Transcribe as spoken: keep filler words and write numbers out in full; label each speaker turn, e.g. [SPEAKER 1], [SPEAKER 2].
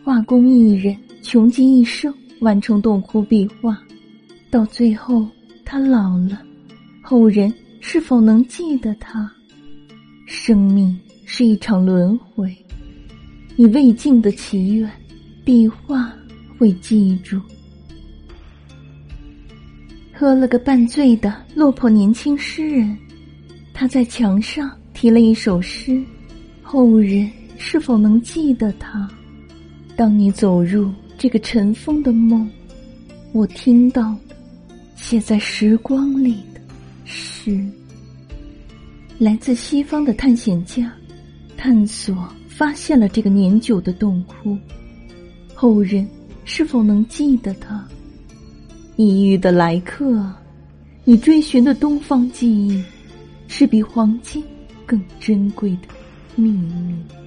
[SPEAKER 1] 画工艺人穷尽一生完成洞窟壁画，到最后他老了，后人是否能记得他？生命是一场轮回，你未尽的祈愿，壁画会记住。喝了个半醉的落魄年轻诗人，他在墙上题了一首诗，后人是否能记得他？当你走入这个尘封的梦，我听到的写在时光里的诗。来自西方的探险家探索发现了这个年久的洞窟，后人是否能记得他？异域的来客，你追寻的东方记忆，是比黄金更珍贵的秘密。